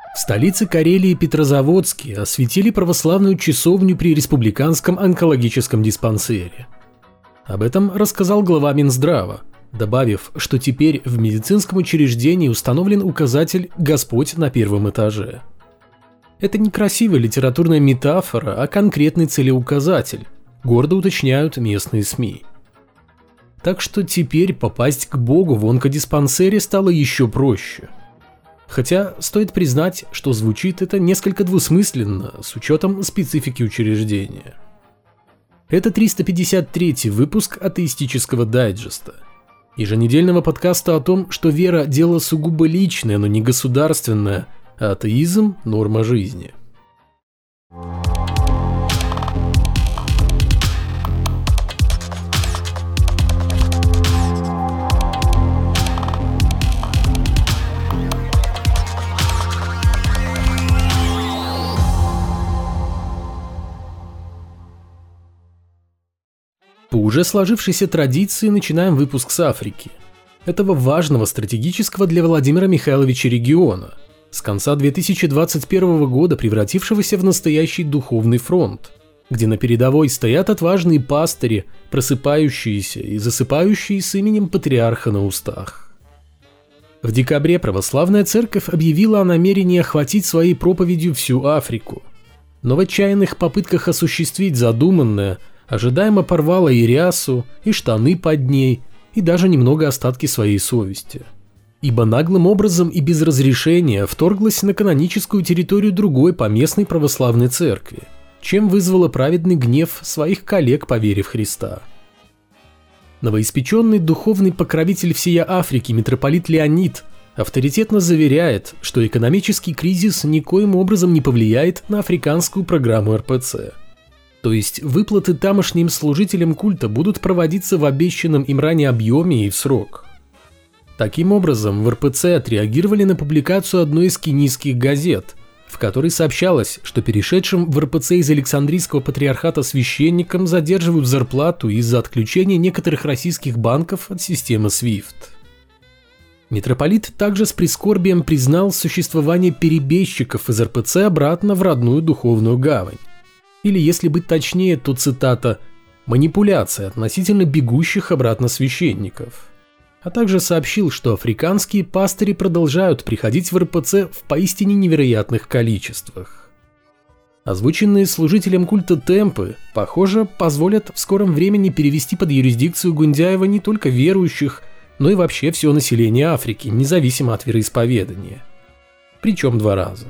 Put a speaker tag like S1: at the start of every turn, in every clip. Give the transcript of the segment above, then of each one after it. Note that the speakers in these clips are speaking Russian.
S1: В столице Карелии Петрозаводске осветили православную часовню при Республиканском онкологическом диспансере. Об этом рассказал глава Минздрава, добавив, что теперь в медицинском учреждении установлен указатель «Господь на первом этаже». Это не красивая литературная метафора, а конкретный целеуказатель, гордо уточняют местные СМИ. Так что теперь попасть к Богу в онкодиспансере стало еще проще. Хотя стоит признать, что звучит это несколько двусмысленно, с учетом специфики учреждения. Это 353-й выпуск атеистического дайджеста, еженедельного подкаста о том, что вера – дело сугубо личное, но не государственное, а атеизм – норма жизни. По уже сложившейся традиции начинаем выпуск с Африки. Этого важного стратегического для Владимира Михайловича региона, с конца 2021 года превратившегося в настоящий духовный фронт, где на передовой стоят отважные пастыри, просыпающиеся и засыпающие с именем патриарха на устах. В декабре православная церковь объявила о намерении охватить своей проповедью всю Африку, но в отчаянных попытках осуществить задуманное ожидаемо порвала и рясу, и штаны под ней, и даже немного остатки своей совести. Ибо наглым образом и без разрешения вторглась на каноническую территорию другой поместной православной церкви, чем вызвала праведный гнев своих коллег по вере в Христа. Новоиспеченный духовный покровитель всея Африки митрополит Леонид авторитетно заверяет, что экономический кризис никоим образом не повлияет на африканскую программу РПЦ. То есть выплаты тамошним служителям культа будут проводиться в обещанном им ранее объеме и в срок. Таким образом, в РПЦ отреагировали на публикацию одной из кенийских газет, в которой сообщалось, что перешедшим в РПЦ из Александрийского патриархата священникам задерживают зарплату из-за отключения некоторых российских банков от системы SWIFT. Митрополит также с прискорбием признал существование перебежчиков из РПЦ обратно в родную духовную гавань. Или, если быть точнее, то цитата «манипуляция относительно бегущих обратно священников». А также сообщил, что африканские пастыри продолжают приходить в РПЦ в поистине невероятных количествах. Озвученные служителям культа темпы, похоже, позволят в скором времени перевести под юрисдикцию Гундяева не только верующих, но и вообще все население Африки, независимо от вероисповедания. Причем 2 раза.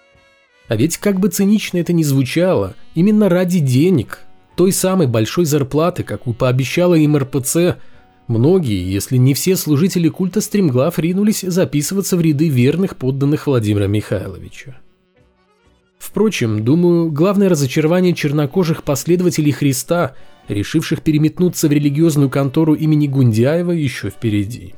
S1: А ведь, как бы цинично это ни звучало, именно ради денег, той самой большой зарплаты, какую пообещала им РПЦ, многие, если не все служители культа стремглав ринулись записываться в ряды верных подданных Владимира Михайловича. Впрочем, думаю, главное разочарование чернокожих последователей Христа, решивших переметнуться в религиозную контору имени Гундяева, еще впереди.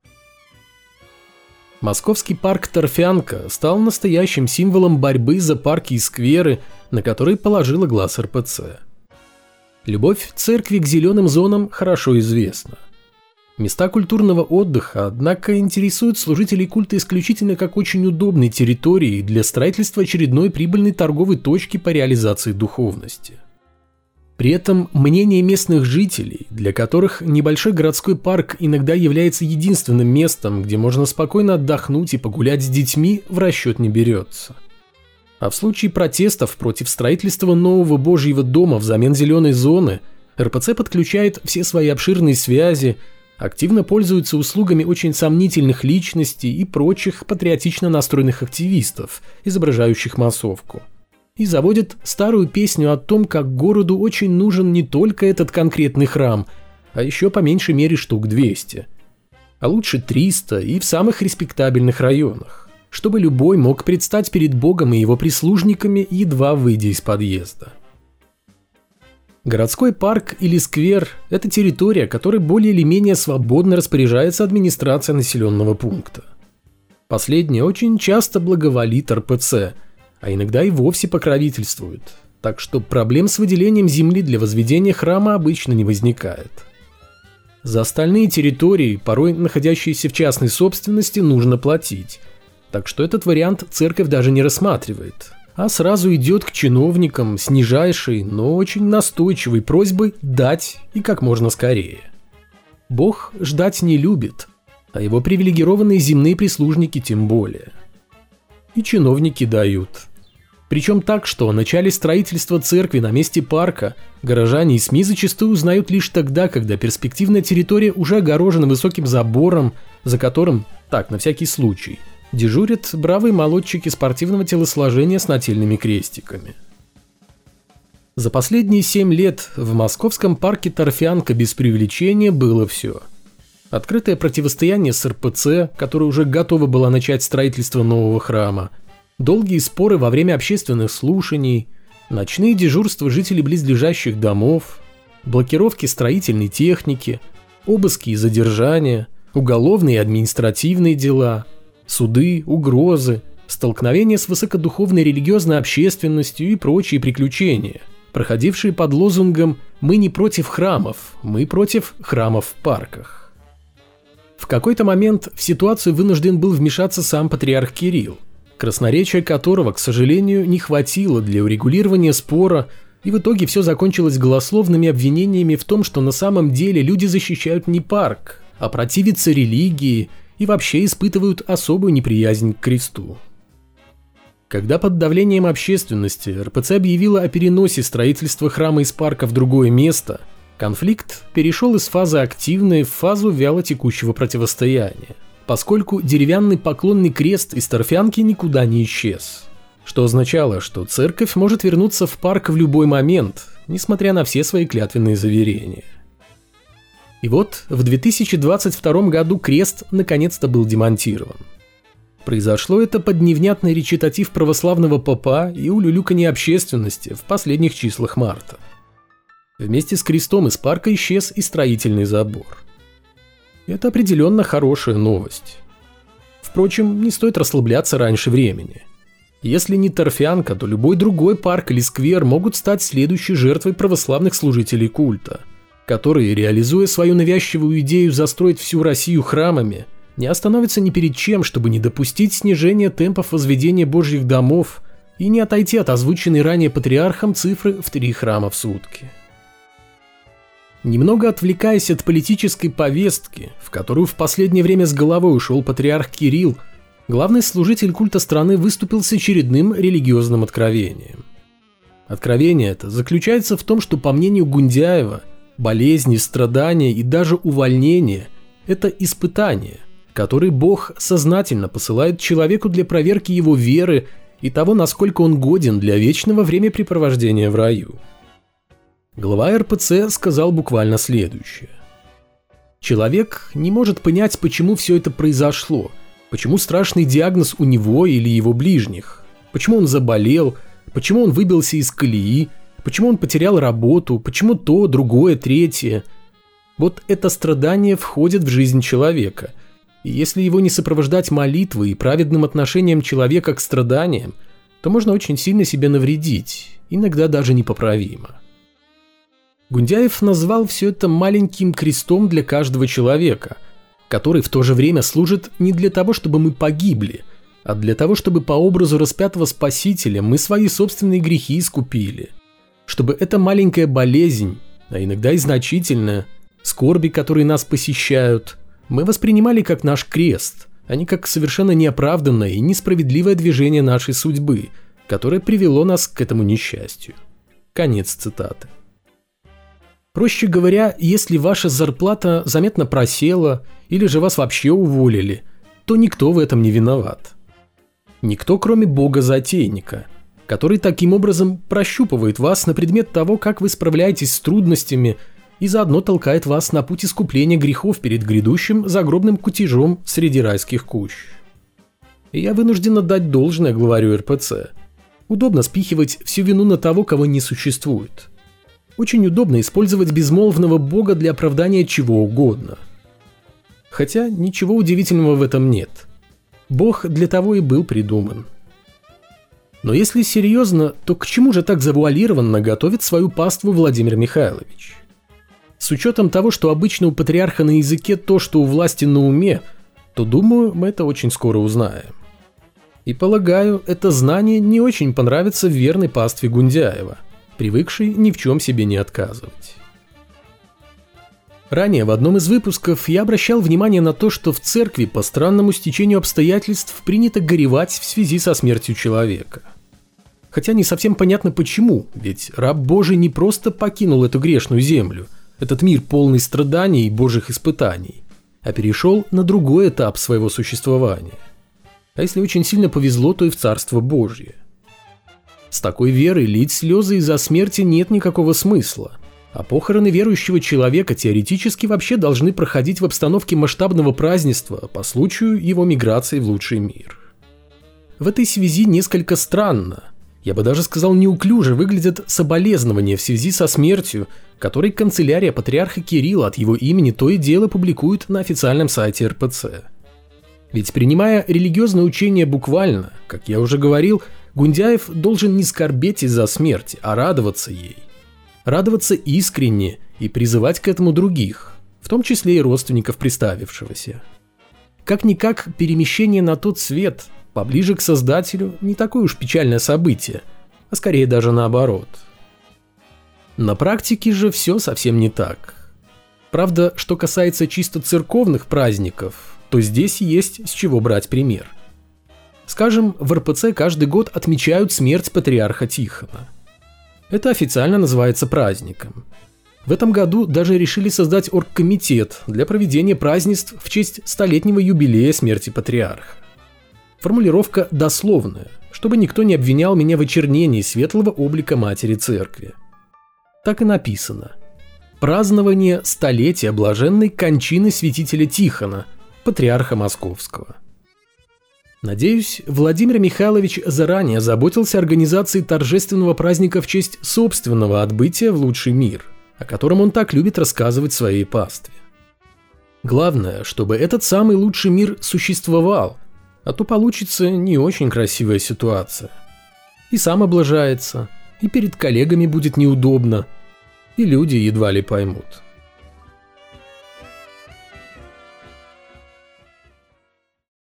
S1: Московский парк Торфянка стал настоящим символом борьбы за парки и скверы, на которые положила глаз РПЦ. Любовь церкви к зеленым зонам хорошо известна. Места культурного отдыха, однако, интересуют служителей культа исключительно как очень удобной территории для строительства очередной прибыльной торговой точки по реализации духовности. При этом мнение местных жителей, для которых небольшой городской парк иногда является единственным местом, где можно спокойно отдохнуть и погулять с детьми, в расчет не берется. А в случае протестов против строительства нового Божьего дома взамен зеленой зоны, РПЦ подключает все свои обширные связи, активно пользуется услугами очень сомнительных личностей и прочих патриотично настроенных активистов, изображающих массовку. И заводит старую песню о том, как городу очень нужен не только этот конкретный храм, а еще по меньшей мере штук 200. А лучше 300 и в самых респектабельных районах, чтобы любой мог предстать перед Богом и его прислужниками, едва выйдя из подъезда. Городской парк или сквер – это территория, которой более или менее свободно распоряжается администрация населенного пункта. Последняя очень часто благоволит РПЦ, а иногда и вовсе покровительствует, так что проблем с выделением земли для возведения храма обычно не возникает. За остальные территории, порой находящиеся в частной собственности, нужно платить. Так что этот вариант церковь даже не рассматривает, а сразу идет к чиновникам с нижайшей, но очень настойчивой просьбой дать и как можно скорее. Бог ждать не любит, а его привилегированные земные прислужники тем более. И чиновники дают. Причем так, что о начале строительства церкви на месте парка горожане и СМИ зачастую узнают лишь тогда, когда перспективная территория уже огорожена высоким забором, за которым, так, на всякий случай, дежурят бравые молодчики спортивного телосложения с нательными крестиками. За последние 7 лет в московском парке Торфянка без преувеличения было все. Открытое противостояние с РПЦ, которая уже готова была начать строительство нового храма, долгие споры во время общественных слушаний, ночные дежурства жителей близлежащих домов, блокировки строительной техники, обыски и задержания, уголовные и административные дела, суды, угрозы, столкновения с высокодуховной религиозной общественностью и прочие приключения, проходившие под лозунгом «Мы не против храмов, мы против храмов в парках». В какой-то момент в ситуацию вынужден был вмешаться сам патриарх Кирилл, красноречия которого, к сожалению, не хватило для урегулирования спора, и в итоге все закончилось голословными обвинениями в том, что на самом деле люди защищают не парк, а противятся религии и вообще испытывают особую неприязнь к кресту. Когда под давлением общественности РПЦ объявила о переносе строительства храма из парка в другое место, конфликт перешел из фазы активной в фазу вялотекущего противостояния, поскольку деревянный поклонный крест из Торфянки никуда не исчез, что означало, что церковь может вернуться в парк в любой момент, несмотря на все свои клятвенные заверения. И вот в 2022 году крест наконец-то был демонтирован. Произошло это под невнятный речитатив православного попа и улюлюканье общественности в последних числах марта. Вместе с крестом из парка исчез и строительный забор. Это определенно хорошая новость. Впрочем, не стоит расслабляться раньше времени. Если не Торфянка, то любой другой парк или сквер могут стать следующей жертвой православных служителей культа, которые, реализуя свою навязчивую идею застроить всю Россию храмами, не остановятся ни перед чем, чтобы не допустить снижения темпов возведения Божьих домов и не отойти от озвученной ранее патриархом цифры в 3 храма в сутки. Немного отвлекаясь от политической повестки, в которую в последнее время с головой ушел патриарх Кирилл, главный служитель культа страны выступил с очередным религиозным откровением. Откровение это заключается в том, что, по мнению Гундяева, болезни, страдания и даже увольнение – это испытание, которое Бог сознательно посылает человеку для проверки его веры и того, насколько он годен для вечного времяпрепровождения в раю. Глава РПЦ сказал буквально следующее. Человек не может понять, почему все это произошло, почему страшный диагноз у него или его ближних, почему он заболел, почему он выбился из колеи, почему он потерял работу, почему то, другое, третье. Вот это страдание входит в жизнь человека, и если его не сопровождать молитвой и праведным отношением человека к страданиям, то можно очень сильно себе навредить, иногда даже непоправимо. Гундяев назвал все это маленьким крестом для каждого человека, который в то же время служит не для того, чтобы мы погибли, а для того, чтобы по образу распятого Спасителя мы свои собственные грехи искупили, чтобы эта маленькая болезнь, а иногда и значительная, скорби, которые нас посещают, мы воспринимали как наш крест, а не как совершенно неоправданное и несправедливое движение нашей судьбы, которое привело нас к этому несчастью. Конец цитаты. Проще говоря, если ваша зарплата заметно просела или же вас вообще уволили, то никто в этом не виноват. Никто, кроме Бога-затейника, который таким образом прощупывает вас на предмет того, как вы справляетесь с трудностями и заодно толкает вас на путь искупления грехов перед грядущим загробным кутежом среди райских кущ. И я вынужден отдать должное главарю РПЦ. Удобно спихивать всю вину на того, кого не существует. Очень удобно использовать безмолвного Бога для оправдания чего угодно. Хотя ничего удивительного в этом нет. Бог для того и был придуман. Но если серьезно, то к чему же так завуалированно готовит свою паству Владимир Михайлович? С учетом того, что обычно у патриарха на языке то, что у власти на уме, то, думаю, мы это очень скоро узнаем. И полагаю, это знание не очень понравится верной пастве Гундяева, привыкшей ни в чем себе не отказывать. Ранее в одном из выпусков я обращал внимание на то, что в церкви по странному стечению обстоятельств принято горевать в связи со смертью человека. Хотя не совсем понятно почему, ведь раб Божий не просто покинул эту грешную землю, этот мир полный страданий и божьих испытаний, а перешел на другой этап своего существования. А если очень сильно повезло, то и в Царство Божье. С такой верой лить слезы из-за смерти нет никакого смысла, а похороны верующего человека теоретически вообще должны проходить в обстановке масштабного празднества по случаю его миграции в лучший мир. В этой связи несколько странно, я бы даже сказал неуклюже, выглядят соболезнования в связи со смертью, которые канцелярия патриарха Кирилла от его имени то и дело публикует на официальном сайте РПЦ. Ведь принимая религиозное учение буквально, как я уже говорил, Гундяев должен не скорбеть из-за смерти, а радоваться ей. Радоваться искренне и призывать к этому других, в том числе и родственников приставившегося. Как-никак перемещение на тот свет, поближе к Создателю, не такое уж печальное событие, а скорее даже наоборот. На практике же все совсем не так. Правда, что касается чисто церковных праздников, то здесь есть с чего брать пример. Скажем, в РПЦ каждый год отмечают смерть патриарха Тихона. Это официально называется праздником. В этом году даже решили создать оргкомитет для проведения празднеств в честь столетнего юбилея смерти патриарха. Формулировка дословная, чтобы никто не обвинял меня в очернении светлого облика Матери Церкви. Так и написано. Празднование столетия блаженной кончины святителя Тихона, патриарха Московского. Надеюсь, Владимир Михайлович заранее заботился о организации торжественного праздника в честь собственного отбытия в лучший мир, о котором он так любит рассказывать своей пастве. Главное, чтобы этот самый лучший мир существовал, а то получится не очень красивая ситуация. И сам облажается, и перед коллегами будет неудобно, и люди едва ли поймут.